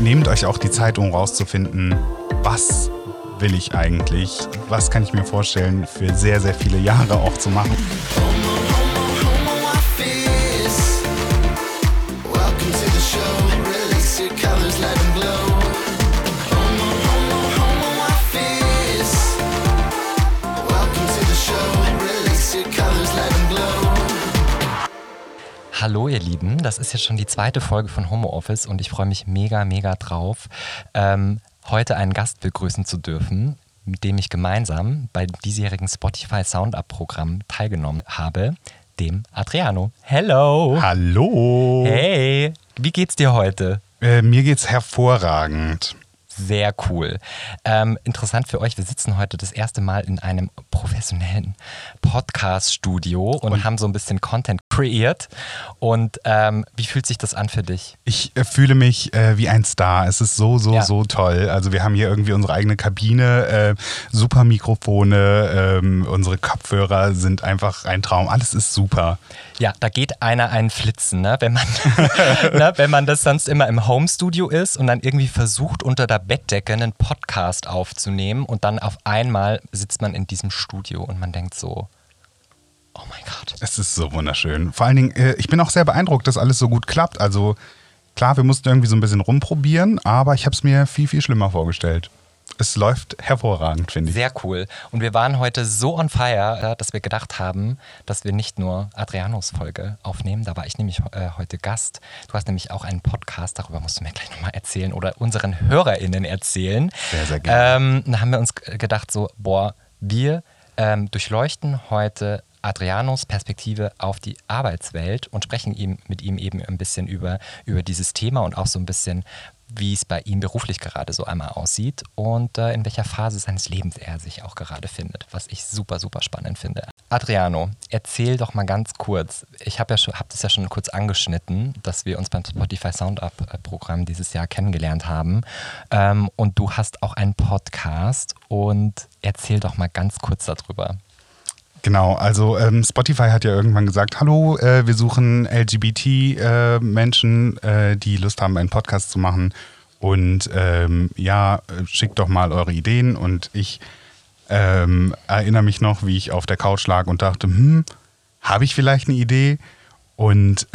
nehmt euch auch die Zeit, um rauszufinden, was will ich eigentlich, was kann ich mir vorstellen, für sehr, sehr viele Jahre auch zu machen. Hallo ihr Lieben, das ist jetzt schon die zweite Folge von Homo Office und ich freue mich mega drauf, heute einen Gast begrüßen zu dürfen, mit dem ich gemeinsam bei diesjährigen Spotify Sound-Up-Programm teilgenommen habe, dem Adriano. Hello! Hallo! Hey! Wie geht's dir heute? Mir geht's hervorragend. Sehr cool. Interessant für euch, wir sitzen heute das erste Mal in einem professionellen Podcast-Studio und haben so ein bisschen Content kreiert. Und wie fühlt sich das an für dich? Ich fühle mich wie ein Star. Es ist so toll. Also wir haben hier irgendwie unsere eigene Kabine, super Mikrofone, unsere Kopfhörer sind einfach ein Traum. Alles ist super. Ja, da geht einer einen flitzen, ne? Wenn man das sonst immer im Home-Studio ist und dann irgendwie versucht, unter der Bettdecke einen Podcast aufzunehmen und dann auf einmal sitzt man in diesem Studio und man denkt so, oh mein Gott. Es ist so wunderschön. Vor allen Dingen, ich bin auch sehr beeindruckt, dass alles so gut klappt. Also klar, wir mussten irgendwie so ein bisschen rumprobieren, aber ich habe es mir viel schlimmer vorgestellt. Es läuft hervorragend, finde ich. Sehr cool. Und wir waren heute so on fire, dass wir gedacht haben, dass wir nicht nur Adrianos Folge aufnehmen. Da war ich nämlich heute Gast. Du hast nämlich auch einen Podcast, darüber musst du mir gleich nochmal erzählen oder unseren HörerInnen erzählen. Sehr gerne. Da haben wir uns gedacht so, wir durchleuchten heute Adrianos Perspektive auf die Arbeitswelt und sprechen mit ihm eben ein bisschen über dieses Thema und auch so ein bisschen, wie es bei ihm beruflich gerade so einmal aussieht und in welcher Phase seines Lebens er sich auch gerade findet, was ich super spannend finde. Adriano, erzähl doch mal ganz kurz, ich hab das ja schon kurz angeschnitten, dass wir uns beim Spotify Sound-Up-Programm dieses Jahr kennengelernt haben und du hast auch einen Podcast und erzähl doch mal ganz kurz darüber. Genau, also Spotify hat ja irgendwann gesagt, hallo, wir suchen LGBT-Menschen, die Lust haben, einen Podcast zu machen und schickt doch mal eure Ideen und ich erinnere mich noch, wie ich auf der Couch lag und dachte, habe ich vielleicht eine Idee? Und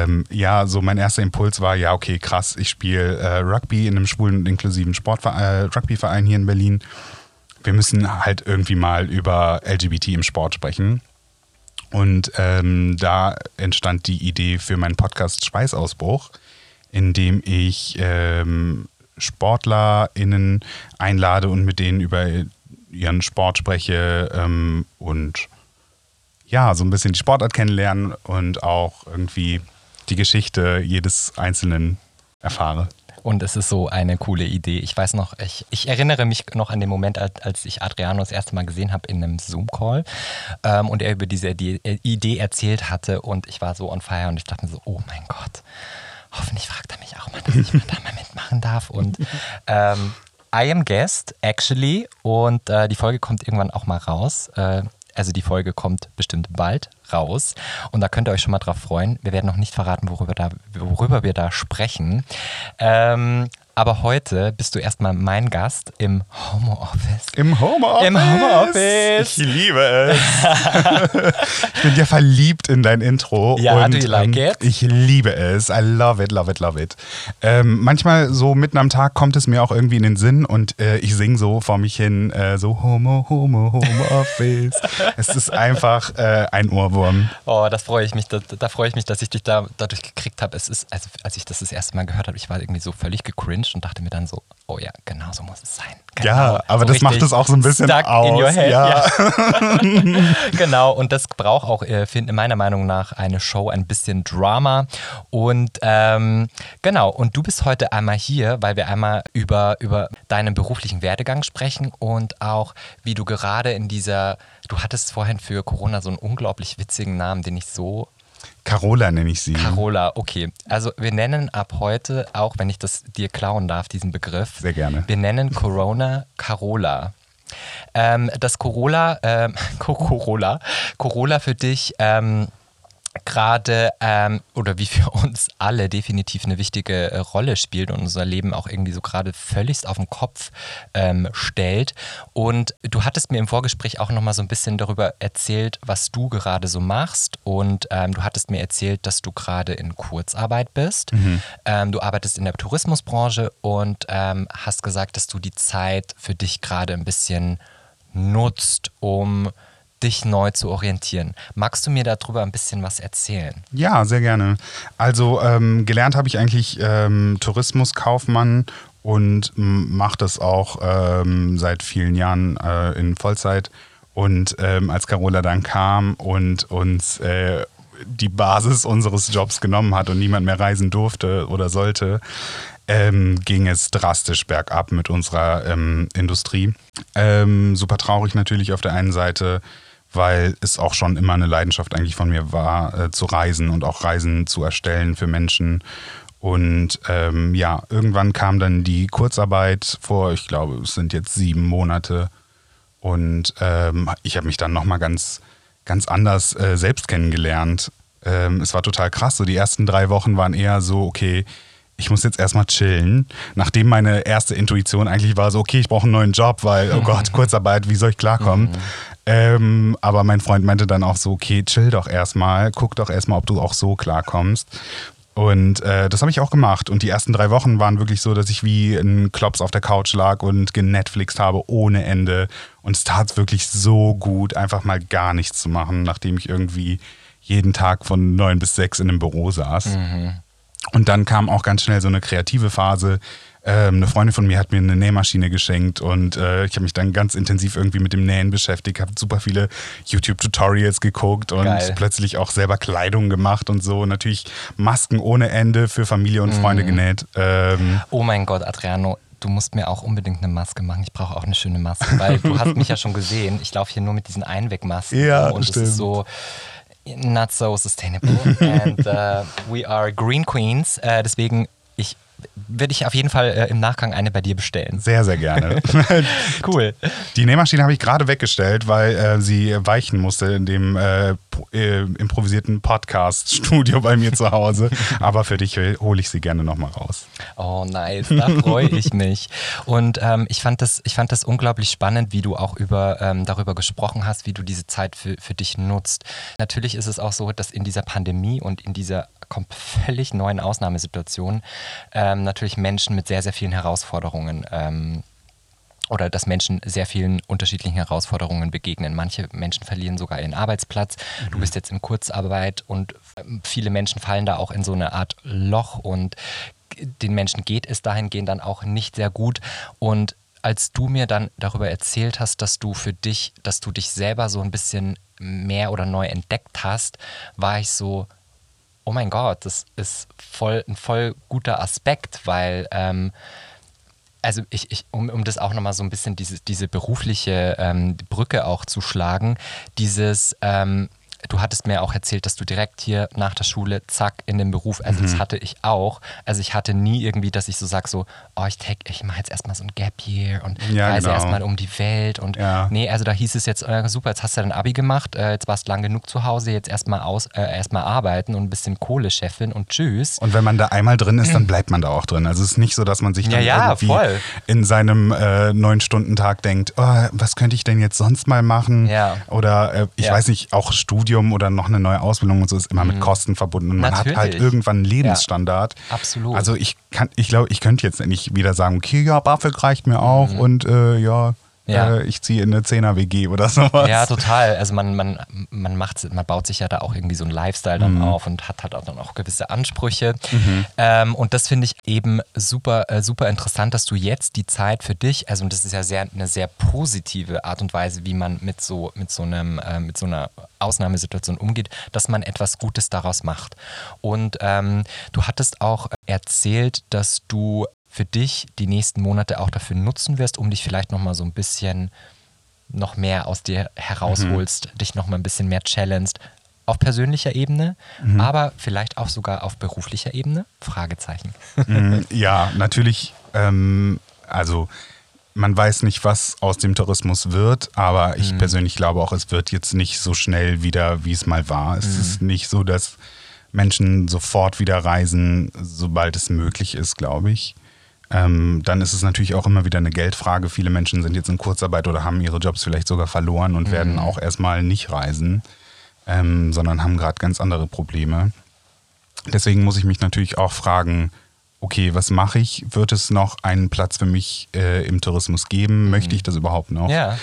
so mein erster Impuls war, ja okay, krass, ich spiele Rugby in einem schwulen und inklusiven Rugbyverein hier in Berlin. Wir müssen halt irgendwie mal über LGBT im Sport sprechen. Und da entstand die Idee für meinen Podcast Schweißausbruch, in dem ich SportlerInnen einlade und mit denen über ihren Sport spreche und ja, so ein bisschen die Sportart kennenlernen und auch irgendwie die Geschichte jedes Einzelnen erfahre. Und es ist so eine coole Idee. Ich weiß noch, ich erinnere mich noch an den Moment, als ich Adriano das erste Mal gesehen habe in einem Zoom-Call und er über diese Idee erzählt hatte und ich war so on fire und ich dachte mir so, oh mein Gott, hoffentlich fragt er mich auch mal, dass ich da mal mitmachen darf. Und I am guest, actually, und die Folge kommt irgendwann auch mal raus. Also die Folge kommt bestimmt bald raus und da könnt ihr euch schon mal drauf freuen. Wir werden noch nicht verraten, worüber wir da sprechen. Aber heute bist du erstmal mein Gast im Homo Office. Im Homo Office! Ich liebe es. Ich bin ja verliebt in dein Intro. Ja, und, do you like it? Ich liebe es. I love it. Manchmal so mitten am Tag kommt es mir auch irgendwie in den Sinn und ich singe so vor mich hin, so Homo Office. Es ist einfach ein Ohrwurm. Oh, da freue ich mich, dass ich dich dadurch gekriegt habe. Es ist, also als ich das erste Mal gehört habe, ich war irgendwie so völlig gecringed und dachte mir dann so, oh ja, genau so muss es sein. Genau, ja, aber so das macht es auch so ein bisschen stuck aus. In your head. Ja. Genau, und das braucht auch, meiner Meinung nach, eine Show ein bisschen Drama. Und genau, und du bist heute einmal hier, weil wir einmal über deinen beruflichen Werdegang sprechen und auch, wie du gerade du hattest vorhin für Corona so einen unglaublich witzigen Namen, den ich so... Carola nenne ich sie. Carola, okay. Also wir nennen ab heute, auch wenn ich das dir klauen darf, diesen Begriff. Sehr gerne. Wir nennen Corona Carola. Das Corolla für dich gerade oder wie für uns alle definitiv eine wichtige Rolle spielt und unser Leben auch irgendwie so gerade völligst auf den Kopf stellt. Und du hattest mir im Vorgespräch auch nochmal so ein bisschen darüber erzählt, was du gerade so machst. Und du hattest mir erzählt, dass du gerade in Kurzarbeit bist. Du arbeitest in der Tourismusbranche und hast gesagt, dass du die Zeit für dich gerade ein bisschen nutzt, um dich neu zu orientieren. Magst du mir darüber ein bisschen was erzählen? Ja, sehr gerne. Also gelernt habe ich eigentlich Tourismuskaufmann und mache das auch seit vielen Jahren in Vollzeit. Und als Carola dann kam und uns die Basis unseres Jobs genommen hat und niemand mehr reisen durfte oder sollte, ging es drastisch bergab mit unserer Industrie. Super traurig natürlich auf der einen Seite, weil es auch schon immer eine Leidenschaft eigentlich von mir war, zu reisen und auch Reisen zu erstellen für Menschen. Und irgendwann kam dann die Kurzarbeit vor, ich glaube, es sind jetzt 7 Monate. Und ich habe mich dann nochmal ganz anders selbst kennengelernt. Es war total krass. So die ersten 3 Wochen waren eher so, okay, ich muss jetzt erstmal chillen. Nachdem meine erste Intuition eigentlich war so, okay, ich brauche einen neuen Job, weil, oh Gott, Kurzarbeit, wie soll ich klarkommen? Aber mein Freund meinte dann auch so, okay, chill doch erstmal, guck doch erstmal, ob du auch so klarkommst. Und das habe ich auch gemacht. Und die ersten 3 Wochen waren wirklich so, dass ich wie ein Klops auf der Couch lag und genetflixt habe ohne Ende. Und es tat wirklich so gut, einfach mal gar nichts zu machen, nachdem ich irgendwie jeden Tag von 9 bis 6 in einem Büro saß. Und dann kam auch ganz schnell so eine kreative Phase. Eine Freundin von mir hat mir eine Nähmaschine geschenkt und ich habe mich dann ganz intensiv irgendwie mit dem Nähen beschäftigt, habe super viele YouTube-Tutorials geguckt und plötzlich auch selber Kleidung gemacht und so. Natürlich Masken ohne Ende für Familie und Freunde genäht. Oh mein Gott, Adriano. Du musst mir auch unbedingt eine Maske machen. Ich brauche auch eine schöne Maske, weil du hast mich ja schon gesehen. Ich laufe hier nur mit diesen Einwegmasken und es ist so not so sustainable. And we are green queens. Deswegen würde ich auf jeden Fall im Nachgang eine bei dir bestellen. Sehr, sehr gerne. Cool. Die Nähmaschine habe ich gerade weggestellt, weil sie weichen musste in dem improvisierten Podcast-Studio bei mir zu Hause. Aber für dich hole ich sie gerne nochmal raus. Oh, nice. Da freue ich mich. Und ich fand das unglaublich spannend, wie du auch darüber gesprochen hast, wie du diese Zeit für dich nutzt. Natürlich ist es auch so, dass in dieser Pandemie und in dieser völlig neuen Ausnahmesituation natürlich Menschen mit sehr, sehr vielen Herausforderungen oder dass Menschen sehr vielen unterschiedlichen Herausforderungen begegnen. Manche Menschen verlieren sogar ihren Arbeitsplatz. Du bist jetzt in Kurzarbeit und viele Menschen fallen da auch in so eine Art Loch und den Menschen geht es dahingehend dann auch nicht sehr gut. Und als du mir dann darüber erzählt hast, dass du dich selber so ein bisschen mehr oder neu entdeckt hast, war ich so, oh mein Gott, das ist ein voll guter Aspekt, weil also um das auch nochmal so ein bisschen diese berufliche Brücke auch zu schlagen, du hattest mir auch erzählt, dass du direkt hier nach der Schule, zack, in den Beruf, also das hatte ich auch. Also ich hatte nie irgendwie, dass ich so sage, so, oh, ich mache jetzt erstmal so ein Gap Year und reise erstmal um die Welt. Und nee, also da hieß es jetzt, super, jetzt hast du dein Abi gemacht, jetzt warst du lang genug zu Hause, jetzt erstmal arbeiten und ein bisschen Kohle scheffeln und tschüss. Und wenn man da einmal drin ist, dann bleibt man da auch drin. Also es ist nicht so, dass man sich dann irgendwie voll in seinem 9-Stunden-Tag denkt, oh, was könnte ich denn jetzt sonst mal machen? Ja. Oder ich weiß nicht, auch Studium oder noch eine neue Ausbildung und so ist immer mit Kosten verbunden. Und man hat halt irgendwann einen Lebensstandard. Ja, absolut. Also ich glaube, ich könnte jetzt nicht wieder sagen, okay, ja, BAföG reicht mir auch und ich ziehe in eine 10er-WG oder sowas. Ja, total. Also man baut sich ja da auch irgendwie so einen Lifestyle dann auf und hat halt auch dann auch gewisse Ansprüche. Und das finde ich eben super, super interessant, dass du jetzt die Zeit für dich, also und das ist ja eine sehr positive Art und Weise, wie man mit so einer Ausnahmesituation umgeht, dass man etwas Gutes daraus macht. Und du hattest auch erzählt, dass du für dich die nächsten Monate auch dafür nutzen wirst, um dich vielleicht nochmal so ein bisschen noch mehr aus dir herausholst, dich nochmal ein bisschen mehr challenged, auf persönlicher Ebene, aber vielleicht auch sogar auf beruflicher Ebene? Fragezeichen. Ja, natürlich, also man weiß nicht, was aus dem Tourismus wird, aber ich persönlich glaube auch, es wird jetzt nicht so schnell wieder, wie es mal war. Es ist nicht so, dass Menschen sofort wieder reisen, sobald es möglich ist, glaube ich. Dann ist es natürlich auch immer wieder eine Geldfrage. Viele Menschen sind jetzt in Kurzarbeit oder haben ihre Jobs vielleicht sogar verloren und werden auch erstmal nicht reisen, sondern haben gerade ganz andere Probleme. Deswegen muss ich mich natürlich auch fragen, okay, was mache ich? Wird es noch einen Platz für mich im Tourismus geben? Möchte ich das überhaupt noch? Ja.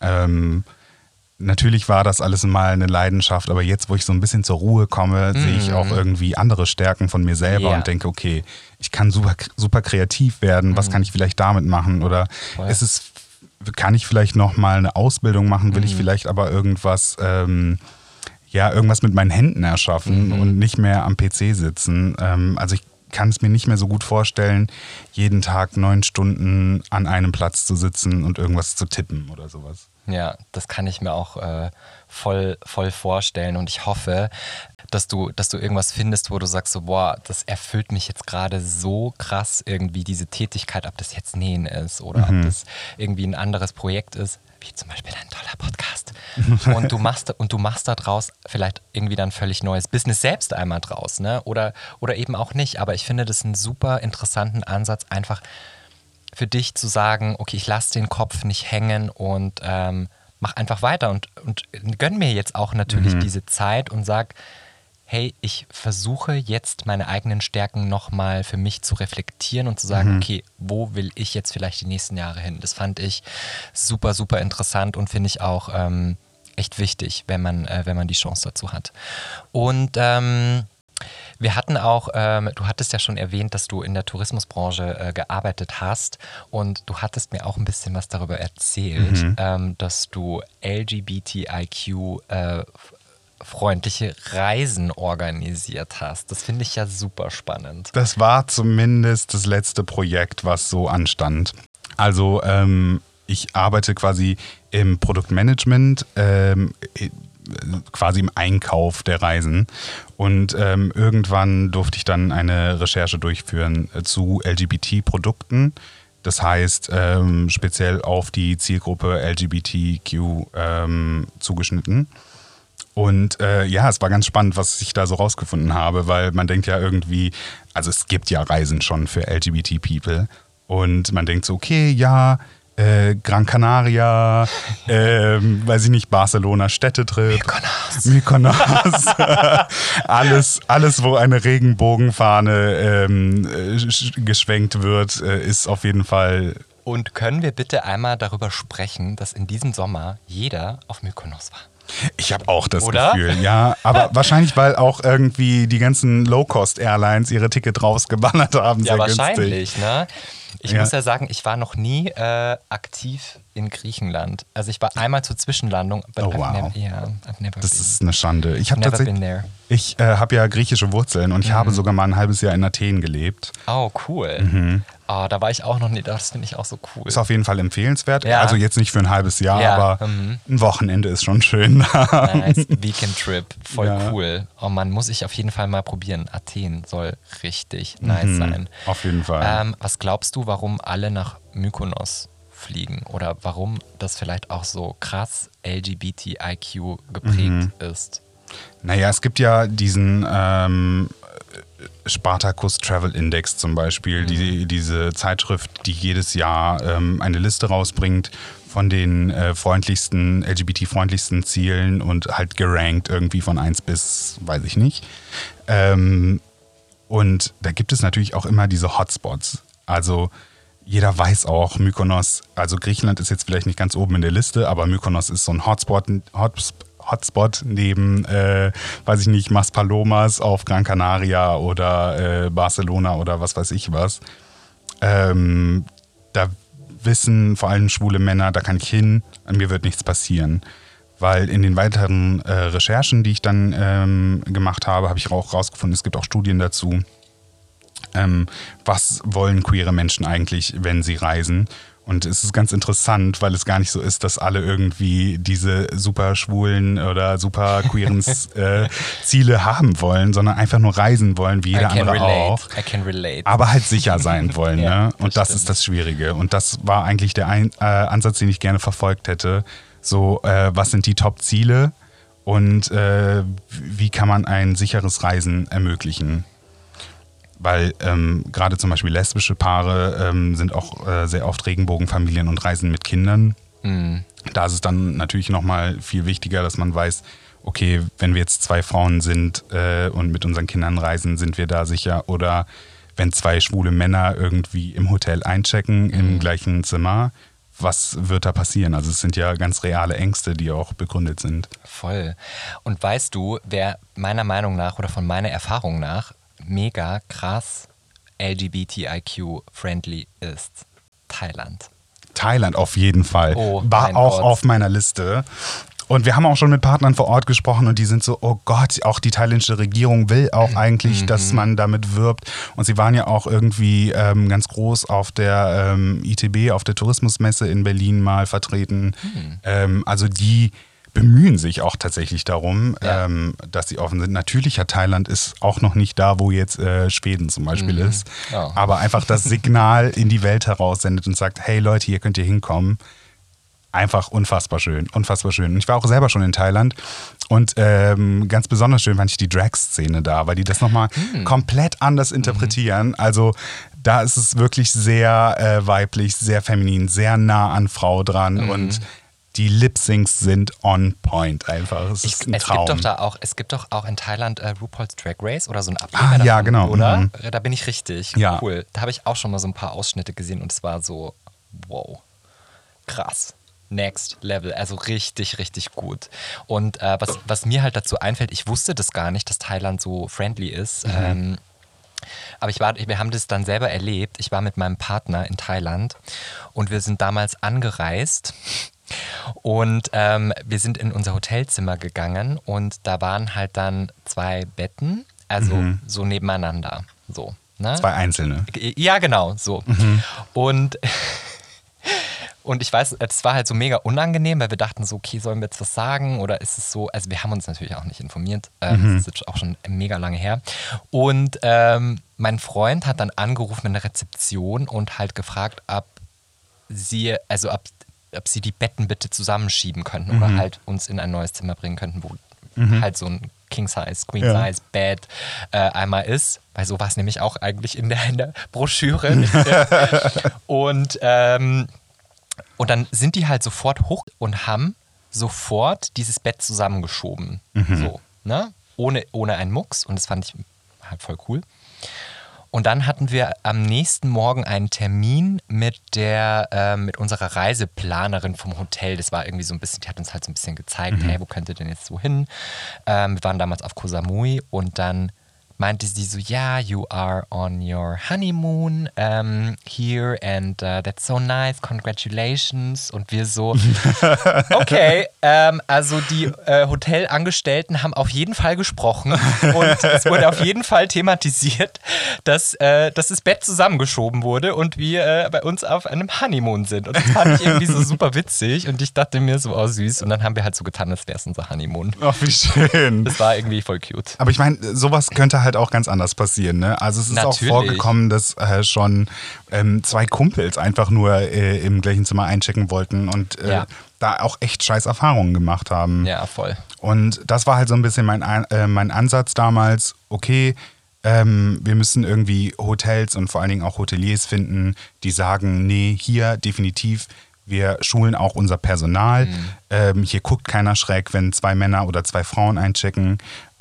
Natürlich war das alles mal eine Leidenschaft, aber jetzt, wo ich so ein bisschen zur Ruhe komme, sehe ich auch irgendwie andere Stärken von mir selber und denke, okay, ich kann super kreativ werden, was kann ich vielleicht damit machen? Oder kann ich vielleicht noch mal eine Ausbildung machen, will ich vielleicht aber irgendwas, irgendwas mit meinen Händen erschaffen und nicht mehr am PC sitzen. Also ich kann es mir nicht mehr so gut vorstellen, jeden Tag 9 Stunden an einem Platz zu sitzen und irgendwas zu tippen oder sowas. Ja, das kann ich mir auch voll vorstellen und ich hoffe, dass du irgendwas findest, wo du sagst so, boah, das erfüllt mich jetzt gerade so krass irgendwie diese Tätigkeit, ob das jetzt Nähen ist oder ob das irgendwie ein anderes Projekt ist, wie zum Beispiel ein toller Podcast. Und du machst da draus vielleicht irgendwie dann völlig neues Business selbst einmal draus, ne? Oder eben auch nicht. Aber ich finde das einen super interessanten Ansatz, einfach für dich zu sagen, okay, ich lasse den Kopf nicht hängen und mach einfach weiter und gönn mir jetzt auch natürlich diese Zeit und sag, hey, ich versuche jetzt meine eigenen Stärken nochmal für mich zu reflektieren und zu sagen, okay, wo will ich jetzt vielleicht die nächsten Jahre hin? Das fand ich super, super interessant und finde ich auch echt wichtig, wenn man die Chance dazu hat. Und wir hatten auch, du hattest ja schon erwähnt, dass du in der Tourismusbranche gearbeitet hast und du hattest mir auch ein bisschen was darüber erzählt, dass du LGBTIQ freundliche Reisen organisiert hast. Das finde ich ja super spannend. Das war zumindest das letzte Projekt, was so anstand. Also ich arbeite quasi im Produktmanagement, quasi im Einkauf der Reisen. Und irgendwann durfte ich dann eine Recherche durchführen zu LGBT-Produkten. Das heißt, speziell auf die Zielgruppe LGBTQ zugeschnitten. Und es war ganz spannend, was ich da so rausgefunden habe, weil man denkt ja irgendwie, also es gibt ja Reisen schon für LGBT-People. Und man denkt so, okay, ja, Gran Canaria, weiß ich nicht, Barcelona, Städtetrip. Mykonos. alles, wo eine Regenbogenfahne geschwenkt wird, ist auf jeden Fall. Und können wir bitte einmal darüber sprechen, dass in diesem Sommer jeder auf Mykonos war? Ich habe auch das Gefühl, ja. Aber wahrscheinlich, weil auch irgendwie die ganzen Low-Cost-Airlines ihre Ticket rausgeballert haben. Ja, wahrscheinlich, ne? Ich muss ja sagen, ich war noch nie aktiv in Griechenland. Also ich war einmal zur Zwischenlandung. Oh wow. I've never das been. ist eine Schande. Ich habe tatsächlich, ich habe ja griechische Wurzeln und ich habe sogar mal ein halbes Jahr in Athen gelebt. Oh, cool. Oh, da war ich auch noch nie, das finde ich auch so cool. Ist auf jeden Fall empfehlenswert. Ja. Also jetzt nicht für ein halbes Jahr, aber ein Wochenende ist schon schön. Nice. Weekend-Trip, voll cool. Oh man, muss ich auf jeden Fall mal probieren. Athen soll richtig nice sein. Auf jeden Fall. Was glaubst du, warum alle nach Mykonos fliegen? Oder warum das vielleicht auch so krass LGBTIQ geprägt ist? Naja, es gibt ja diesen Spartacus Travel Index zum Beispiel, diese Zeitschrift, die jedes Jahr eine Liste rausbringt von den LGBT-freundlichsten Zielen und halt gerankt irgendwie von 1 bis, weiß ich nicht. Und da gibt es natürlich auch immer diese Hotspots. Also jeder weiß auch, Mykonos, also Griechenland ist jetzt vielleicht nicht ganz oben in der Liste, aber Mykonos ist so ein Hotspot neben, weiß ich nicht, Maspalomas auf Gran Canaria oder Barcelona oder was weiß ich was. Da wissen vor allem schwule Männer, da kann ich hin, an mir wird nichts passieren. Weil in den weiteren Recherchen, die ich dann gemacht habe, habe ich auch rausgefunden, es gibt auch Studien dazu, was wollen queere Menschen eigentlich, wenn sie reisen. Und es ist ganz interessant, weil es gar nicht so ist, dass alle irgendwie diese super schwulen oder super queeren Ziele haben wollen, sondern einfach nur reisen wollen, wie jeder andere auch. I can relate. Aber halt sicher sein wollen. Ja, ne? Und das ist das Schwierige. Und das war eigentlich der Ansatz, den ich gerne verfolgt hätte. So, was sind die Top-Ziele und wie kann man ein sicheres Reisen ermöglichen? Weil gerade zum Beispiel lesbische Paare sind auch sehr oft Regenbogenfamilien und reisen mit Kindern. Da ist es dann natürlich nochmal viel wichtiger, dass man weiß, okay, wenn wir jetzt 2 Frauen sind und mit unseren Kindern reisen, sind wir da sicher. Oder wenn 2 schwule Männer irgendwie im Hotel einchecken, im gleichen Zimmer, was wird da passieren? Also es sind ja ganz reale Ängste, die auch begründet sind. Voll. Und weißt du, wer meiner Meinung nach oder von meiner Erfahrung nach mega krass LGBTIQ-friendly ist? Thailand. Thailand auf jeden Fall. Oh, war auch auf meiner Liste. Und wir haben auch schon mit Partnern vor Ort gesprochen und die sind so, oh Gott, auch die thailändische Regierung will auch eigentlich, dass man damit wirbt. Und sie waren ja auch irgendwie ganz groß auf der ITB, auf der Tourismusmesse in Berlin mal vertreten. Also die bemühen sich auch tatsächlich darum, dass sie offen sind. Natürlich hat Thailand ist auch noch nicht da, wo jetzt Schweden zum Beispiel ist. Ja. Aber einfach das Signal in die Welt heraussendet und sagt, hey Leute, hier könnt ihr hinkommen. Einfach unfassbar schön, unfassbar schön. Und ich war auch selber schon in Thailand und ganz besonders schön fand ich die Drag-Szene da, weil die das nochmal komplett anders interpretieren. Also da ist es wirklich sehr weiblich, sehr feminin, sehr nah an Frau dran und die Lip-Syncs sind on point einfach. Es ist ein Traum. Es gibt doch auch in Thailand RuPaul's Drag Race oder so ein Ableger davon, ja, genau. oder? Da bin ich richtig. Ja. Cool. Da habe ich auch schon mal so ein paar Ausschnitte gesehen und es war so, wow, krass. Next Level, also richtig, richtig gut. Und was mir halt dazu einfällt, ich wusste das gar nicht, dass Thailand so friendly ist. Aber wir haben das dann selber erlebt. Ich war mit meinem Partner in Thailand und wir sind damals angereist. Und wir sind in unser Hotelzimmer gegangen und da waren halt dann 2 Betten, also so nebeneinander. So, ne? 2 einzelne. Ja, genau, so. Und ich weiß, es war halt so mega unangenehm, weil wir dachten so, okay, sollen wir jetzt was sagen oder ist es so, also wir haben uns natürlich auch nicht informiert, das ist jetzt auch schon mega lange her. Und mein Freund hat dann angerufen in der Rezeption und halt gefragt, ob sie die Betten bitte zusammenschieben könnten oder halt uns in ein neues Zimmer bringen könnten, wo halt so ein King-Size, Queen-Size-Bed einmal ist. Weil so war es nämlich auch eigentlich in der Broschüre. Und dann sind die halt sofort hoch und haben sofort dieses Bett zusammengeschoben. So, ne? Ohne einen Mucks. Und das fand ich halt voll cool. Und dann hatten wir am nächsten Morgen einen Termin mit unserer Reiseplanerin vom Hotel. Das war irgendwie so ein bisschen, die hat uns halt so ein bisschen gezeigt, hey, wo könnt ihr denn jetzt so hin? Wir waren damals auf Koh Samui und dann meinte sie so, ja, you are on your honeymoon here and that's so nice, congratulations. Und wir so, okay, also die Hotelangestellten haben auf jeden Fall gesprochen und es wurde auf jeden Fall thematisiert, dass das Bett zusammengeschoben wurde und wir bei uns auf einem Honeymoon sind. Und das fand ich irgendwie so super witzig und ich dachte mir so, oh süß. Und dann haben wir halt so getan, als wäre es unser Honeymoon. Ach, wie schön. Das war irgendwie voll cute. Aber ich meine, sowas könnte halt auch ganz anders passieren, ne? Also es ist Natürlich. auch vorgekommen, dass schon 2 Kumpels einfach nur im gleichen Zimmer einchecken wollten und da auch echt scheiß Erfahrungen gemacht haben. Ja, voll. Und das war halt so ein bisschen mein Ansatz damals, okay, wir müssen irgendwie Hotels und vor allen Dingen auch Hoteliers finden, die sagen, nee, hier definitiv, wir schulen auch unser Personal. Hier guckt keiner schräg, wenn 2 Männer oder 2 Frauen einchecken.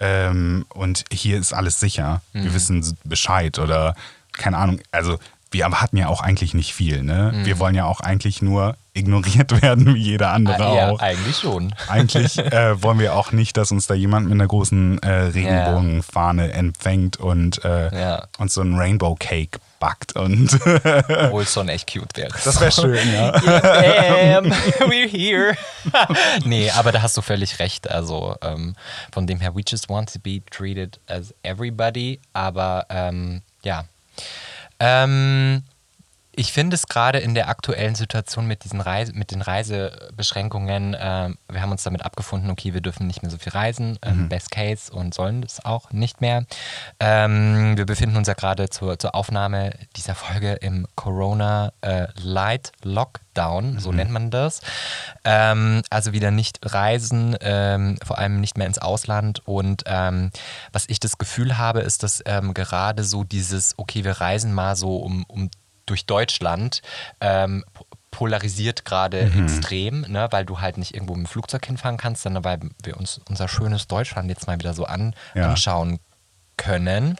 Und hier ist alles sicher. Wir wissen Bescheid oder keine Ahnung. Also wir hatten ja auch eigentlich nicht viel. Ne? Wir wollen ja auch eigentlich nur ignoriert werden, wie jeder andere auch. Ja, eigentlich schon. Eigentlich wollen wir auch nicht, dass uns da jemand mit einer großen Regenbogenfahne empfängt und uns so ein Rainbow Cake backt. Obwohl es schon echt cute wäre. Das wäre schön, ja. Bam, we're here. Nee, aber da hast du völlig recht. Also von dem her, we just want to be treated as everybody. Aber ja. Ich finde es gerade in der aktuellen Situation mit diesen mit den Reisebeschränkungen, wir haben uns damit abgefunden, okay, wir dürfen nicht mehr so viel reisen, best case, und sollen das auch nicht mehr. Wir befinden uns ja gerade zur Aufnahme dieser Folge im Corona Light Lockdown, so nennt man das. Also wieder nicht reisen, vor allem nicht mehr ins Ausland. Und was ich das Gefühl habe, ist, dass gerade so dieses, okay, wir reisen mal so um durch Deutschland, polarisiert gerade extrem, ne? Weil du halt nicht irgendwo mit dem Flugzeug hinfahren kannst, sondern weil wir uns unser schönes Deutschland jetzt mal wieder so anschauen können.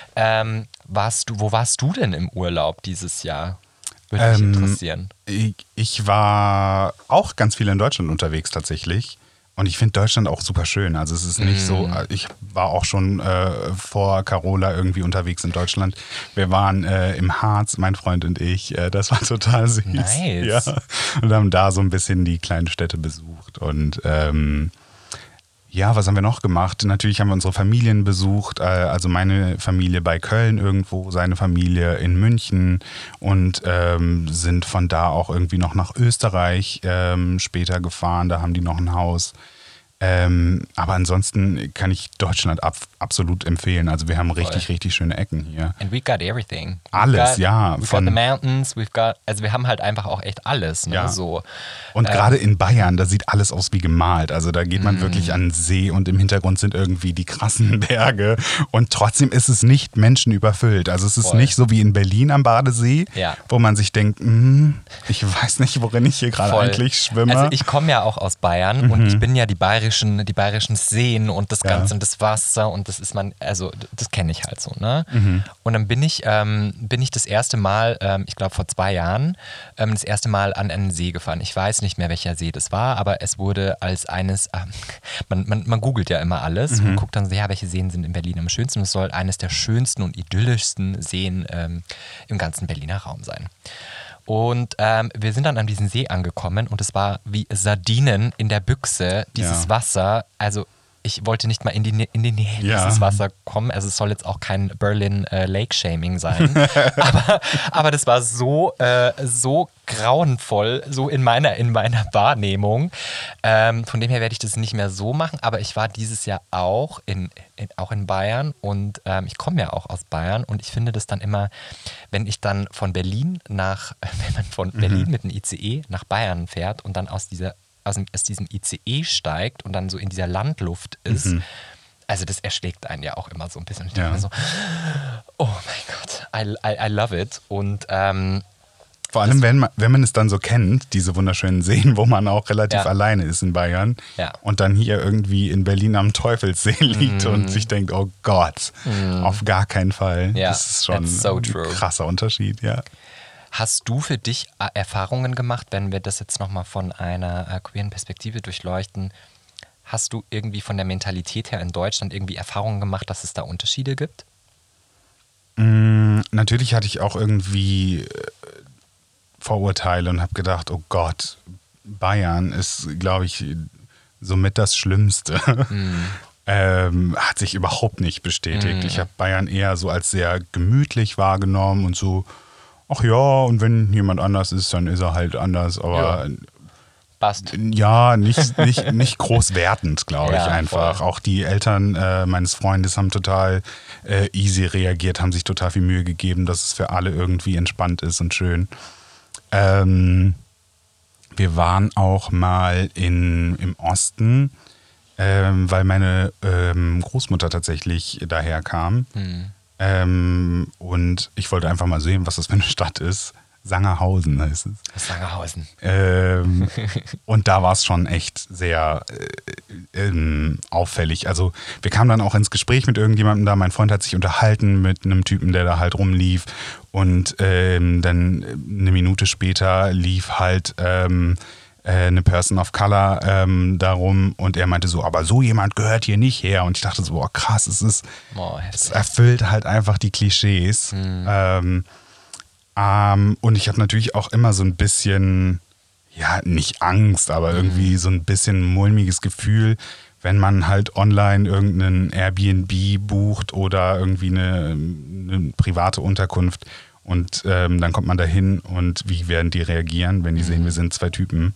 Wo warst du denn im Urlaub dieses Jahr? Würde mich interessieren. Ich war auch ganz viel in Deutschland unterwegs tatsächlich. Und ich finde Deutschland auch super schön. Also es ist nicht so, ich war auch schon vor Carola irgendwie unterwegs in Deutschland. Wir waren im Harz, mein Freund und ich. Das war total süß. Nice. Ja. Und haben da so ein bisschen die kleinen Städte besucht. Und ja, was haben wir noch gemacht? Natürlich haben wir unsere Familien besucht, also meine Familie bei Köln irgendwo, seine Familie in München und sind von da auch irgendwie noch nach Österreich später gefahren, da haben die noch ein Haus. Aber ansonsten kann ich Deutschland absolut empfehlen. Also wir haben richtig schöne Ecken hier. And we got everything. Alles, ja. We've got the mountains, also wir haben halt einfach auch echt alles. Ne? Ja. So. Und gerade in Bayern, da sieht alles aus wie gemalt. Also da geht man wirklich an den See und im Hintergrund sind irgendwie die krassen Berge. Und trotzdem ist es nicht menschenüberfüllt. Also es ist nicht so wie in Berlin am Badesee, wo man sich denkt, ich weiß nicht, worin ich hier gerade eigentlich schwimme. Also ich komme ja auch aus Bayern und ich bin ja die bayerischen Seen und das Ganze und das Wasser und das ist also das kenne ich halt so, ne? Und dann bin ich das erste Mal, ich glaube vor 2 Jahren, das erste Mal an einen See gefahren. Ich weiß nicht mehr, welcher See das war, aber es wurde als eines, man googelt ja immer alles und guckt dann so, ja, welche Seen sind in Berlin am schönsten. Es soll eines der schönsten und idyllischsten Seen im ganzen Berliner Raum sein. Und wir sind dann an diesem See angekommen und es war wie Sardinen in der Büchse, dieses Wasser. Also ich wollte nicht mal in die Nähe dieses Wasser kommen. Also es soll jetzt auch kein Berlin Lake-Shaming sein. aber das war so grauenvoll, so in meiner Wahrnehmung. Von dem her werde ich das nicht mehr so machen. Aber ich war dieses Jahr auch in Bayern und ich komme ja auch aus Bayern und ich finde das dann immer, wenn ich dann von Berlin wenn man von Berlin mit dem ICE nach Bayern fährt und dann aus diesem ICE steigt und dann so in dieser Landluft ist, also das erschlägt einen ja auch immer so ein bisschen. Und ich denke mir so, oh mein Gott, I love it. Und vor allem, wenn man es dann so kennt, diese wunderschönen Seen, wo man auch relativ alleine ist in Bayern und dann hier irgendwie in Berlin am Teufelssee liegt und sich denkt, oh Gott, auf gar keinen Fall. Das ist schon ein krasser Unterschied, ja. Hast du für dich Erfahrungen gemacht, wenn wir das jetzt nochmal von einer queeren Perspektive durchleuchten? Hast du irgendwie von der Mentalität her in Deutschland irgendwie Erfahrungen gemacht, dass es da Unterschiede gibt? Natürlich hatte ich auch irgendwie Vorurteile und habe gedacht, oh Gott, Bayern ist, glaube ich, somit das Schlimmste. Hat sich überhaupt nicht bestätigt. Ich habe Bayern eher so als sehr gemütlich wahrgenommen und so, ach ja, und wenn jemand anders ist, dann ist er halt anders, aber passt. Ja, nicht groß wertend, glaube ich einfach. Voll. Auch die Eltern meines Freundes haben total easy reagiert, haben sich total viel Mühe gegeben, dass es für alle irgendwie entspannt ist und schön. Wir waren auch mal im Osten, weil meine Großmutter tatsächlich daher kam. Und ich wollte einfach mal sehen, was das für eine Stadt ist. Sangerhausen heißt es. Sangerhausen. Und da war es schon echt sehr auffällig. Also wir kamen dann auch ins Gespräch mit irgendjemandem da. Mein Freund hat sich unterhalten mit einem Typen, der da halt rumlief. Und dann eine Minute später lief halt eine Person of Color darum und er meinte so, aber so jemand gehört hier nicht her. Und ich dachte so, boah, krass, es erfüllt halt einfach die Klischees. Und ich habe natürlich auch immer so ein bisschen, ja, nicht Angst, aber irgendwie so ein bisschen mulmiges Gefühl, wenn man halt online irgendeinen Airbnb bucht oder irgendwie eine private Unterkunft Und dann kommt man da hin und wie werden die reagieren, wenn die sehen, wir sind 2 Typen.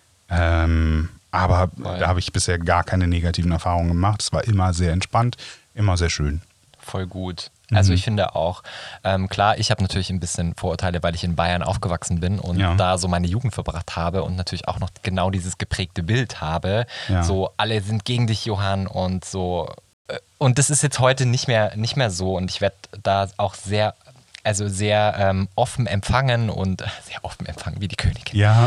Aber da habe ich bisher gar keine negativen Erfahrungen gemacht. Es war immer sehr entspannt, immer sehr schön. Voll gut. Also ich finde auch, klar, ich habe natürlich ein bisschen Vorurteile, weil ich in Bayern aufgewachsen bin und da so meine Jugend verbracht habe und natürlich auch noch genau dieses geprägte Bild habe. Ja. So, alle sind gegen dich, Johann, und so. Und das ist jetzt heute nicht mehr so und ich werde da auch sehr offen empfangen und sehr offen empfangen wie die Königin. Ja.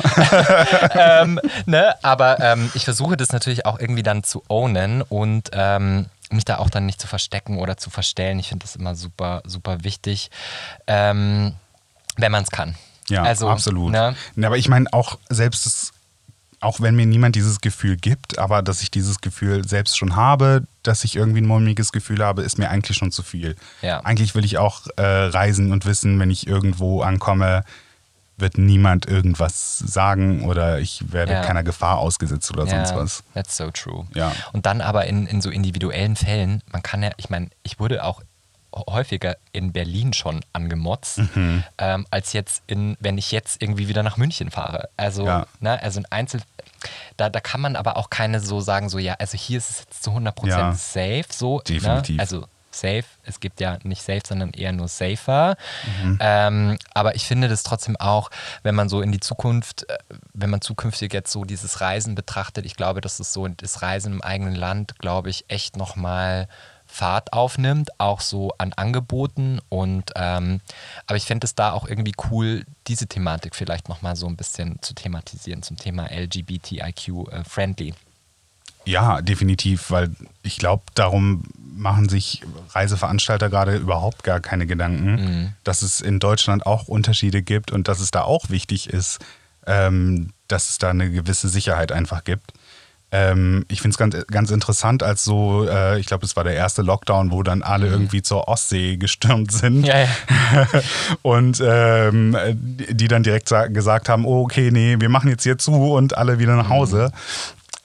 Aber ich versuche das natürlich auch irgendwie dann zu ownen und mich da auch dann nicht zu verstecken oder zu verstellen. Ich finde das immer super, super wichtig, wenn man es kann. Ja, also, absolut. Ne? Aber ich meine auch selbst auch wenn mir niemand dieses Gefühl gibt, aber dass ich dieses Gefühl selbst schon habe, dass ich irgendwie ein mulmiges Gefühl habe, ist mir eigentlich schon zu viel. Ja. Eigentlich will ich auch reisen und wissen, wenn ich irgendwo ankomme, wird niemand irgendwas sagen oder ich werde keiner Gefahr ausgesetzt oder sonst was. That's so true. Ja. Und dann aber in so individuellen Fällen, man kann ja, ich meine, ich wurde auch häufiger in Berlin schon angemotzt, als jetzt wenn ich jetzt irgendwie wieder nach München fahre. Also, also ein da kann man aber auch keine so sagen, so also hier ist es jetzt zu 100% safe, so. Definitiv. Also safe, es gibt ja nicht safe, sondern eher nur safer. Aber ich finde das trotzdem auch, wenn man so in die Zukunft, wenn man zukünftig jetzt so dieses Reisen betrachtet, ich glaube, dass es so das Reisen im eigenen Land, glaube ich, echt nochmal Fahrt aufnimmt, auch so an Angeboten und aber ich fände es da auch irgendwie cool, diese Thematik vielleicht nochmal so ein bisschen zu thematisieren zum Thema LGBTIQ-friendly. Ja, definitiv, weil ich glaube, darum machen sich Reiseveranstalter gerade überhaupt gar keine Gedanken, dass es in Deutschland auch Unterschiede gibt und dass es da auch wichtig ist, dass es da eine gewisse Sicherheit einfach gibt. Ich finde es ganz, ganz interessant, als so, ich glaube, es war der erste Lockdown, wo dann alle irgendwie zur Ostsee gestürmt sind. Ja. Und die dann direkt gesagt haben, oh, okay, nee, wir machen jetzt hier zu und alle wieder nach Hause. Ich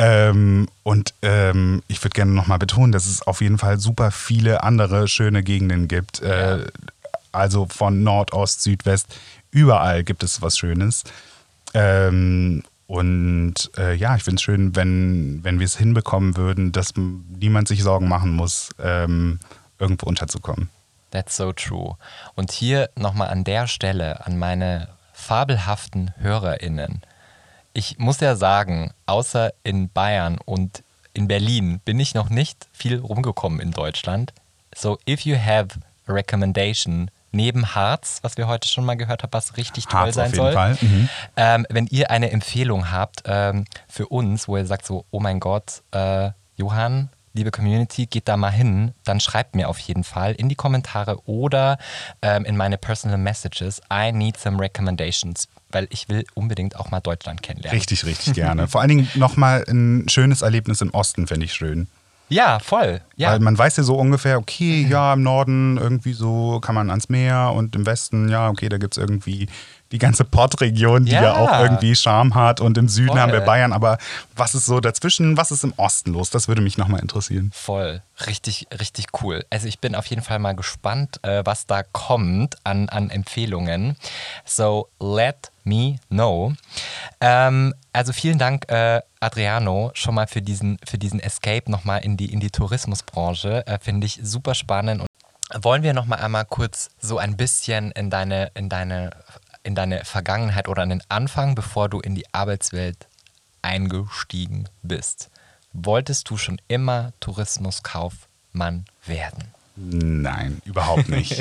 würde gerne nochmal betonen, dass es auf jeden Fall super viele andere schöne Gegenden gibt. Also von Nord, Ost, Südwest, überall gibt es was Schönes. Ich finde es schön, wenn wir es hinbekommen würden, dass niemand sich Sorgen machen muss, irgendwo unterzukommen. That's so true. Und hier nochmal an der Stelle an meine fabelhaften HörerInnen. Ich muss ja sagen, außer in Bayern und in Berlin bin ich noch nicht viel rumgekommen in Deutschland. So, if you have a recommendation neben Harz, was wir heute schon mal gehört haben, was richtig toll Harz sein auf jeden soll. Fall. Wenn ihr eine Empfehlung habt für uns, wo ihr sagt so, oh mein Gott, Johann, liebe Community, geht da mal hin, dann schreibt mir auf jeden Fall in die Kommentare oder in meine Personal Messages, I need some recommendations, weil ich will unbedingt auch mal Deutschland kennenlernen. Richtig, richtig gerne. Vor allen Dingen nochmal ein schönes Erlebnis im Osten, fände ich schön. Ja, voll. Ja. Weil man weiß ja so ungefähr, okay, ja, im Norden irgendwie so kann man ans Meer und im Westen, ja, okay, da gibt es irgendwie die ganze Pottregion, die ja auch irgendwie Charme hat und im Süden haben wir Bayern, aber was ist so dazwischen, was ist im Osten los? Das würde mich nochmal interessieren. Voll, richtig, richtig cool. Also ich bin auf jeden Fall mal gespannt, was da kommt an Empfehlungen. So, let me know. Also vielen Dank, Adriano, schon mal für diesen Escape nochmal in die Tourismusbranche. Finde ich super spannend. Und wollen wir nochmal einmal kurz so ein bisschen in deine Vergangenheit oder an den Anfang, bevor du in die Arbeitswelt eingestiegen bist. Wolltest du schon immer Tourismuskaufmann werden? Nein, überhaupt nicht.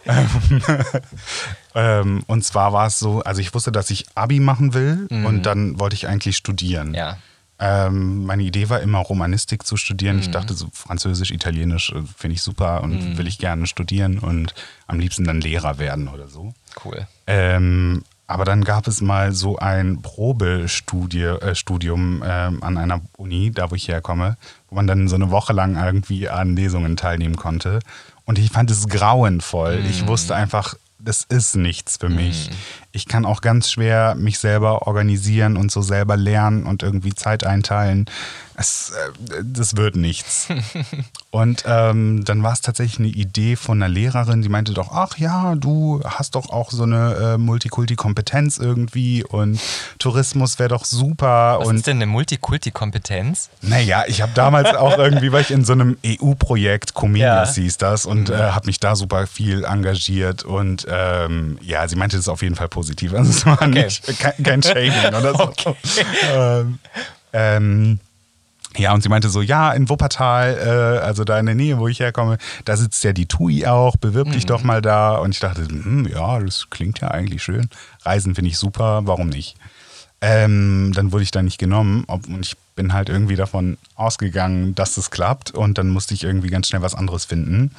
Und zwar war es so, also ich wusste, dass ich Abi machen will und dann wollte ich eigentlich studieren. Ja. Meine Idee war immer, Romanistik zu studieren. Ich dachte, so Französisch, Italienisch finde ich super und will ich gerne studieren und am liebsten dann Lehrer werden oder so. Cool. Aber dann gab es mal so ein Probestudium an einer Uni, da wo ich herkomme, wo man dann so eine Woche lang irgendwie an Lesungen teilnehmen konnte. Und ich fand es grauenvoll. Ich wusste einfach, das ist nichts für mich. ich kann auch ganz schwer mich selber organisieren und so selber lernen und irgendwie Zeit einteilen. Das wird nichts. Und dann war es tatsächlich eine Idee von einer Lehrerin, die meinte doch, ach ja, du hast doch auch so eine Multikulti-Kompetenz irgendwie und Tourismus wäre doch super. Was ist denn eine Multikulti-Kompetenz? Naja, ich habe damals auch irgendwie, weil ich in so einem EU-Projekt, Comenius hieß das, und habe mich da super viel engagiert und ja, sie meinte das auf jeden Fall positiv. Also es war nicht, kein Shaming oder so. Ja, und sie meinte so, ja, in Wuppertal, also da in der Nähe, wo ich herkomme, da sitzt ja die TUI auch, bewirb dich doch mal da. Und ich dachte, ja, das klingt ja eigentlich schön. Reisen finde ich super, warum nicht? Dann wurde ich da nicht genommen und ich bin halt irgendwie davon ausgegangen, dass das klappt und dann musste ich irgendwie ganz schnell was anderes finden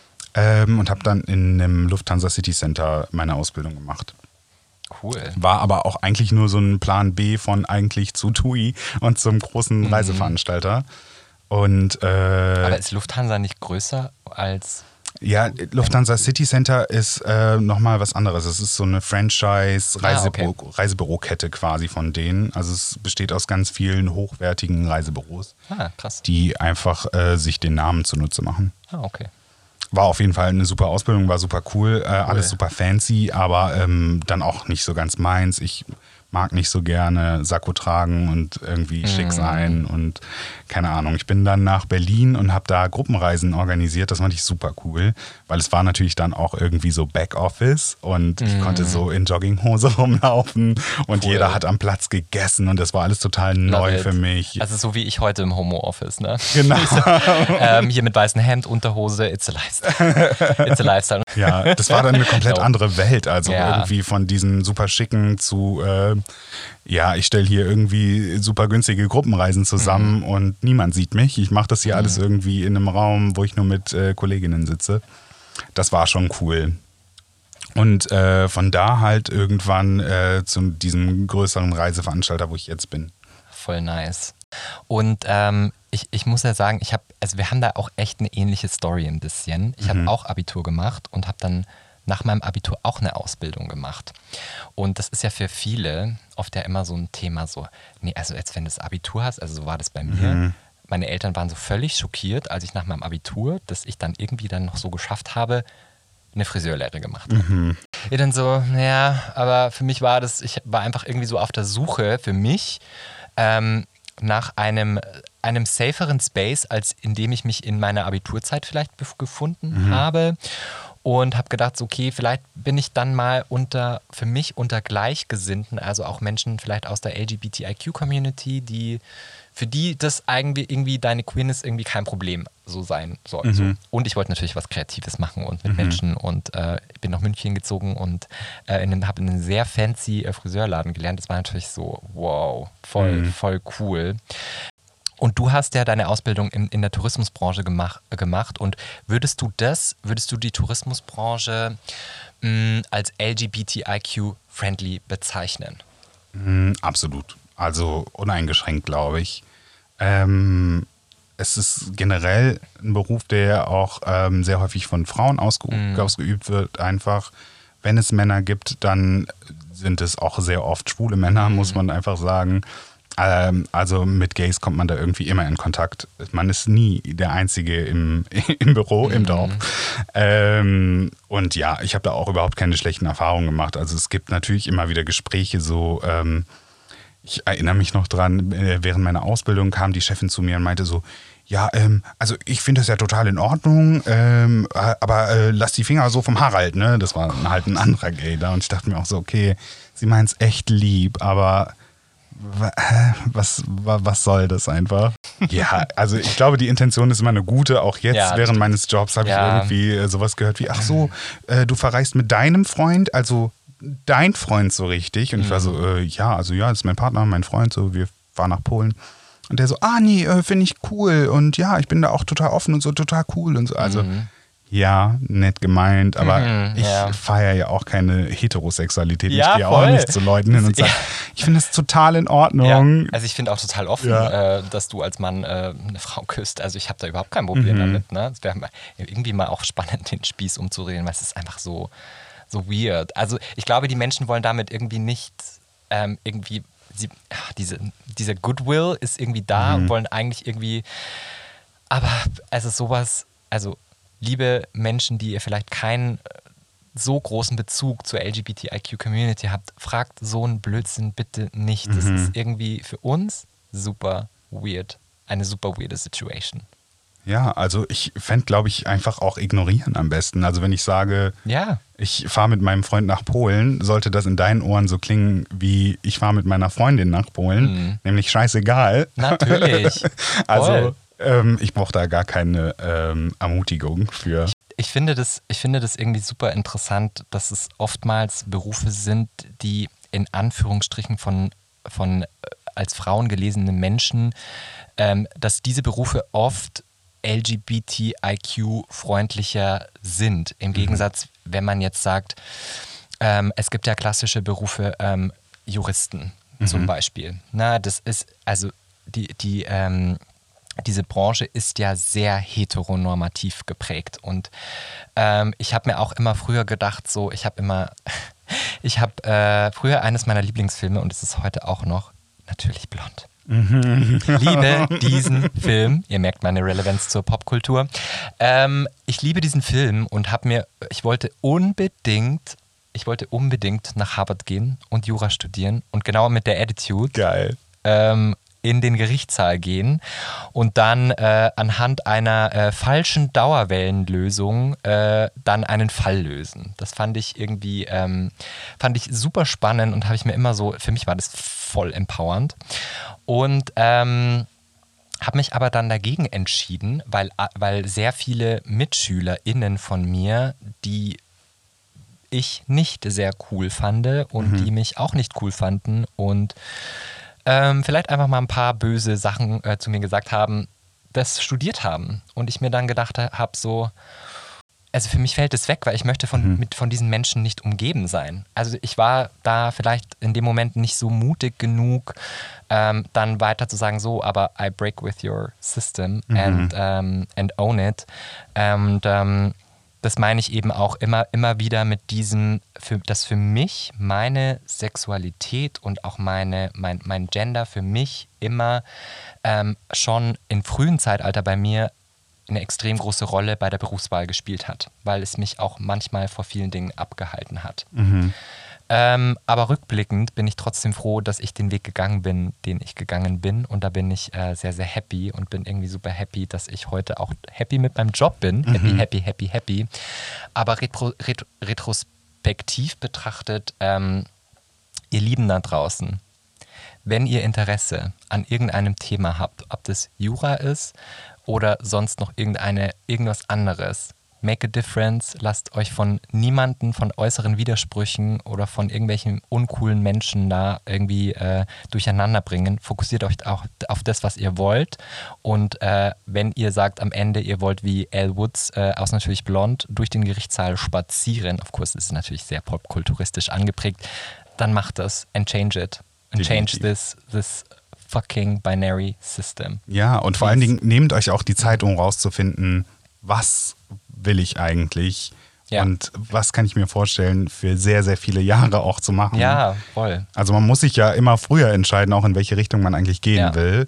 und habe dann in einem Lufthansa City Center meine Ausbildung gemacht. Cool. War aber auch eigentlich nur so ein Plan B von eigentlich zu TUI und zum großen Reiseveranstalter. Und, aber ist Lufthansa nicht größer als... Ja, Lufthansa City Center ist nochmal was anderes. Es ist so eine Franchise-Reisebürokette quasi von denen. Also es besteht aus ganz vielen hochwertigen Reisebüros, krass. die einfach sich den Namen zunutze machen. Okay. War auf jeden Fall eine super Ausbildung, war super cool, alles super fancy, aber dann auch nicht so ganz meins. Ich mag nicht so gerne Sakko tragen und irgendwie schick sein und keine Ahnung. Ich bin dann nach Berlin und habe da Gruppenreisen organisiert. Das fand ich super cool, weil es war natürlich dann auch irgendwie so Backoffice und ich konnte so in Jogginghose rumlaufen und jeder hat am Platz gegessen und das war alles total neu für mich. Also so wie ich heute im Homeoffice, ne? Genau. Hier mit weißem Hemd, Unterhose, it's a lifestyle. It's a lifestyle. Ja, das war dann eine komplett andere Welt. Also irgendwie von diesen super schicken zu ja, ich stelle hier irgendwie super günstige Gruppenreisen zusammen und niemand sieht mich. Ich mache das hier alles irgendwie in einem Raum, wo ich nur mit Kolleginnen sitze. Das war schon cool. Und von da halt irgendwann zu diesem größeren Reiseveranstalter, wo ich jetzt bin. Voll nice. Und ich muss ja sagen, wir haben da auch echt eine ähnliche Story ein bisschen. Ich habe auch Abitur gemacht und habe dann nach meinem Abitur auch eine Ausbildung gemacht. Und das ist ja für viele oft ja immer so ein Thema so, nee, also jetzt wenn du das Abitur hast, also so war das bei mir, meine Eltern waren so völlig schockiert, als ich nach meinem Abitur, dass ich dann irgendwie dann noch so geschafft habe, eine Friseurlehre gemacht habe. Ja, dann so, ja, aber für mich war das, ich war einfach irgendwie so auf der Suche für mich nach einem saferen Space, als in dem ich mich in meiner Abiturzeit vielleicht gefunden habe. Und habe gedacht, so, okay, vielleicht bin ich dann mal für mich unter Gleichgesinnten, also auch Menschen vielleicht aus der LGBTIQ-Community, für die das irgendwie deine Queerness irgendwie kein Problem so sein soll. So. Und ich wollte natürlich was Kreatives machen und mit Menschen und bin nach München gezogen und habe in einem sehr fancy Friseurladen gelernt. Das war natürlich so, wow, voll cool. Und du hast ja deine Ausbildung in der Tourismusbranche gemacht und würdest du die Tourismusbranche als LGBTIQ-friendly bezeichnen? Absolut. Also uneingeschränkt, glaube ich. Es ist generell ein Beruf, der auch sehr häufig von Frauen ausgeübt wird. Einfach, wenn es Männer gibt, dann sind es auch sehr oft schwule Männer, muss man einfach sagen. Also mit Gays kommt man da irgendwie immer in Kontakt. Man ist nie der Einzige im Büro, im Dorf. Und ja, ich habe da auch überhaupt keine schlechten Erfahrungen gemacht. Also es gibt natürlich immer wieder Gespräche so, ich erinnere mich noch dran, während meiner Ausbildung kam die Chefin zu mir und meinte so, ja, also ich finde das ja total in Ordnung, aber lass die Finger so vom Harald, ne? Das war halt ein anderer Gay da und ich dachte mir auch so, okay, sie meint es echt lieb, aber was soll das einfach? Ja, also ich glaube, die Intention ist immer eine gute. Auch jetzt während meines Jobs habe ich irgendwie sowas gehört wie, ach so, du verreist mit deinem Freund, also dein Freund so richtig. Und ich war so, ja, das ist mein Partner, mein Freund, so, wir fahren nach Polen. Und der so, nee, finde ich cool und ja, ich bin da auch total offen und so, total cool und so. Also ja, nett gemeint, aber ich feiere ja auch keine Heterosexualität. Ich gehe auch nicht zu Leuten hin und sage, ich finde das total in Ordnung. Ja, also ich finde auch total offen, dass du als Mann eine Frau küsst. Also ich habe da überhaupt kein Problem damit. Ne? Es wäre irgendwie mal auch spannend, den Spieß umzudrehen, weil es ist einfach so, so weird. Also ich glaube, die Menschen wollen damit irgendwie nicht diese Goodwill ist irgendwie da, wollen eigentlich irgendwie, aber es ist sowas, also liebe Menschen, die ihr vielleicht keinen so großen Bezug zur LGBTIQ-Community habt, fragt so einen Blödsinn bitte nicht. Das ist irgendwie für uns super weird. Eine super weirde Situation. Ja, also ich fände, glaube ich, einfach auch ignorieren am besten. Also wenn ich sage, ich fahre mit meinem Freund nach Polen, sollte das in deinen Ohren so klingen wie ich fahre mit meiner Freundin nach Polen, nämlich scheißegal. Natürlich. Also ich brauche da gar keine Ermutigung für. Ich finde das irgendwie super interessant, dass es oftmals Berufe sind, die in Anführungsstrichen von als Frauen gelesenen Menschen, dass diese Berufe oft LGBTIQ-freundlicher sind. Im Gegensatz, wenn man jetzt sagt, es gibt ja klassische Berufe, Juristen zum Beispiel. Na, das ist, also diese Branche ist ja sehr heteronormativ geprägt. Und ich habe mir auch immer früher gedacht, ich habe früher eines meiner Lieblingsfilme, und es ist heute auch noch, natürlich Blond. Liebe diesen Film. Ihr merkt meine Relevanz zur Popkultur. Ich liebe diesen Film und ich wollte unbedingt nach Harvard gehen und Jura studieren und genau mit der Attitude. Geil. In den Gerichtssaal gehen und dann anhand einer falschen Dauerwellenlösung dann einen Fall lösen. Das fand ich irgendwie super spannend und habe ich mir immer so, für mich war das voll empowernd. Und habe mich aber dann dagegen entschieden, weil sehr viele MitschülerInnen von mir, die ich nicht sehr cool fand und die mich auch nicht cool fanden und vielleicht einfach mal ein paar böse Sachen zu mir gesagt haben, das studiert haben. Und ich mir dann gedacht habe, so, also für mich fällt es weg, weil ich möchte von diesen Menschen nicht umgeben sein. Also ich war da vielleicht in dem Moment nicht so mutig genug, dann weiter zu sagen, so, aber I break with your system and own it. Und das meine ich eben auch immer wieder mit diesem, dass für mich meine Sexualität und auch mein Gender für mich immer schon im frühen Zeitalter bei mir eine extrem große Rolle bei der Berufswahl gespielt hat, weil es mich auch manchmal vor vielen Dingen abgehalten hat. Aber rückblickend bin ich trotzdem froh, dass ich den Weg gegangen bin, den ich gegangen bin. Und da bin ich sehr, sehr happy und bin irgendwie super happy, dass ich heute auch happy mit meinem Job bin. Happy. Aber retrospektiv betrachtet, ihr Lieben da draußen, wenn ihr Interesse an irgendeinem Thema habt, ob das Jura ist oder sonst noch irgendwas anderes, make a difference, lasst euch von niemanden, von äußeren Widersprüchen oder von irgendwelchen uncoolen Menschen da irgendwie durcheinander bringen. Fokussiert euch auch auf das, was ihr wollt. Und wenn ihr sagt am Ende, ihr wollt wie Elle Woods aus Natürlich Blond durch den Gerichtssaal spazieren, of course, das ist natürlich sehr popkulturistisch angeprägt, dann macht das and change it. And change this fucking binary system. Ja, und vor allen Dingen nehmt euch auch die Zeit, um rauszufinden, was will ich eigentlich und was kann ich mir vorstellen, für sehr, sehr viele Jahre auch zu machen. Ja, voll. Also man muss sich ja immer früher entscheiden, auch in welche Richtung man eigentlich gehen will.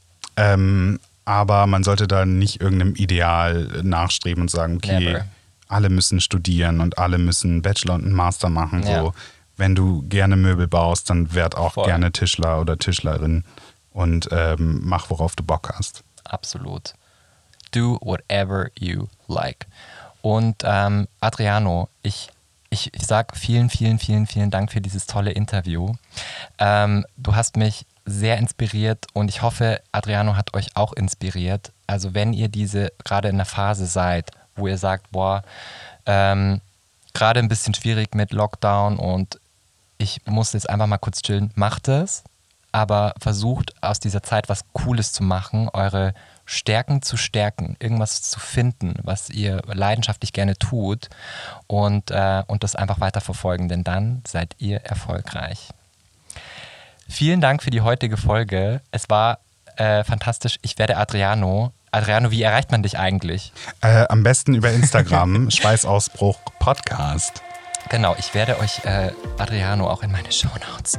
Aber man sollte da nicht irgendeinem Ideal nachstreben und sagen, okay, alle müssen studieren und alle müssen einen Bachelor und einen Master machen. Ja. So, wenn du gerne Möbel baust, dann werd auch gerne Tischler oder Tischlerin und mach, worauf du Bock hast. Absolut. Do whatever you like. Und Adriano, ich sage vielen, vielen, vielen, vielen Dank für dieses tolle Interview. Du hast mich sehr inspiriert und ich hoffe, Adriano hat euch auch inspiriert. Also wenn ihr gerade in der Phase seid, wo ihr sagt, boah, gerade ein bisschen schwierig mit Lockdown und ich muss jetzt einfach mal kurz chillen, macht es, aber versucht aus dieser Zeit was Cooles zu machen, eure Stärken zu stärken, irgendwas zu finden, was ihr leidenschaftlich gerne tut und das einfach weiter verfolgen, denn dann seid ihr erfolgreich. Vielen Dank für die heutige Folge. Es war fantastisch. Ich werde Adriano, wie erreicht man dich eigentlich? Am besten über Instagram, Schweißausbruch Podcast. Genau, ich werde euch Adriano auch in meine Shownotes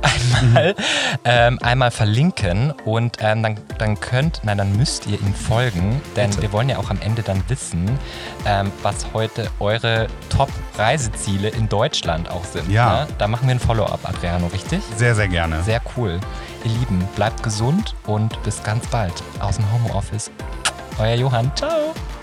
einmal verlinken und dann müsst ihr ihm folgen, denn wir wollen ja auch am Ende dann wissen, was heute eure Top-Reiseziele in Deutschland auch sind. Ja. Ne? Da machen wir ein Follow-up, Adriano, richtig? Sehr, sehr gerne. Sehr cool. Ihr Lieben, bleibt gesund und bis ganz bald aus dem Homeoffice. Euer Johann. Ciao.